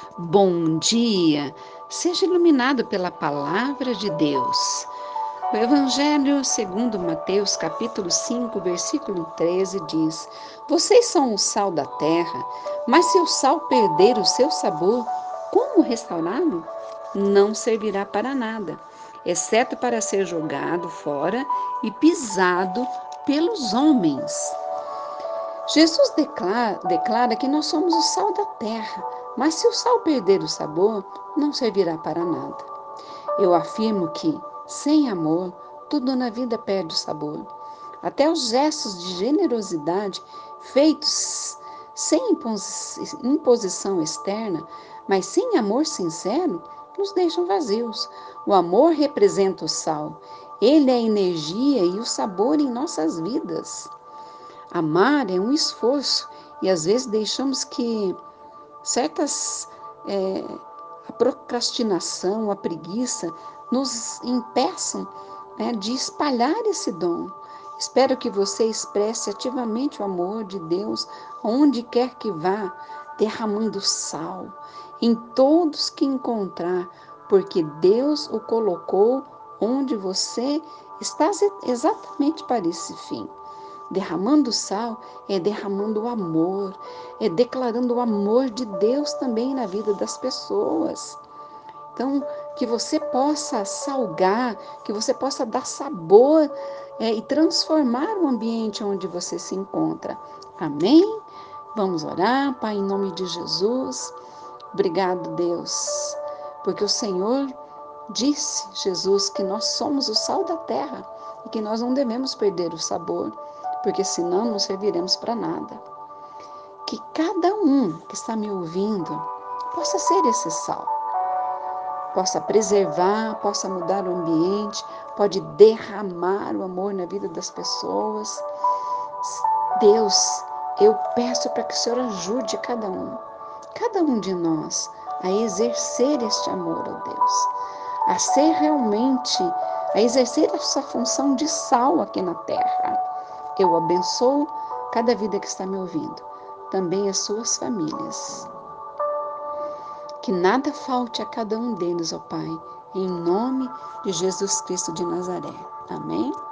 Bom dia, seja iluminado pela palavra de Deus. O Evangelho segundo Mateus, capítulo 5, versículo 13 diz: Vocês são o sal da terra, mas se o sal perder o seu sabor, como restaurá-lo? Não servirá para nada, exceto para ser jogado fora e pisado pelos homens. Jesus declara que nós somos o sal da terra, mas se o sal perder o sabor, não servirá para nada. Eu afirmo que, sem amor, tudo na vida perde o sabor. Até os gestos de generosidade feitos sem imposição externa, mas sem amor sincero, nos deixam vazios. O amor representa o sal. Ele é a energia e o sabor em nossas vidas. Amar é um esforço e às vezes deixamos que certas a procrastinação, a preguiça nos impeçam de espalhar esse dom. Espero que você expresse ativamente o amor de Deus onde quer que vá, derramando sal em todos que encontrar, porque Deus o colocou onde você está exatamente para esse fim. Derramando sal é derramando o amor, é declarando o amor de Deus também na vida das pessoas. Então, que você possa salgar, que você possa dar sabor e transformar o ambiente onde você se encontra. Amém? Vamos orar, Pai, em nome de Jesus. Obrigado, Deus, porque o Senhor disse, Jesus, que nós somos o sal da terra e que nós não devemos perder o sabor, porque senão não serviremos para nada. Que cada um que está me ouvindo possa ser esse sal, possa preservar, possa mudar o ambiente, pode derramar o amor na vida das pessoas. Deus, eu peço para que o Senhor ajude cada um de nós a exercer este amor, ó Deus, a ser realmente, a exercer essa função de sal aqui na terra. Eu abençoo cada vida que está me ouvindo, também as suas famílias. Que nada falte a cada um deles, ó Pai, em nome de Jesus Cristo de Nazaré. Amém?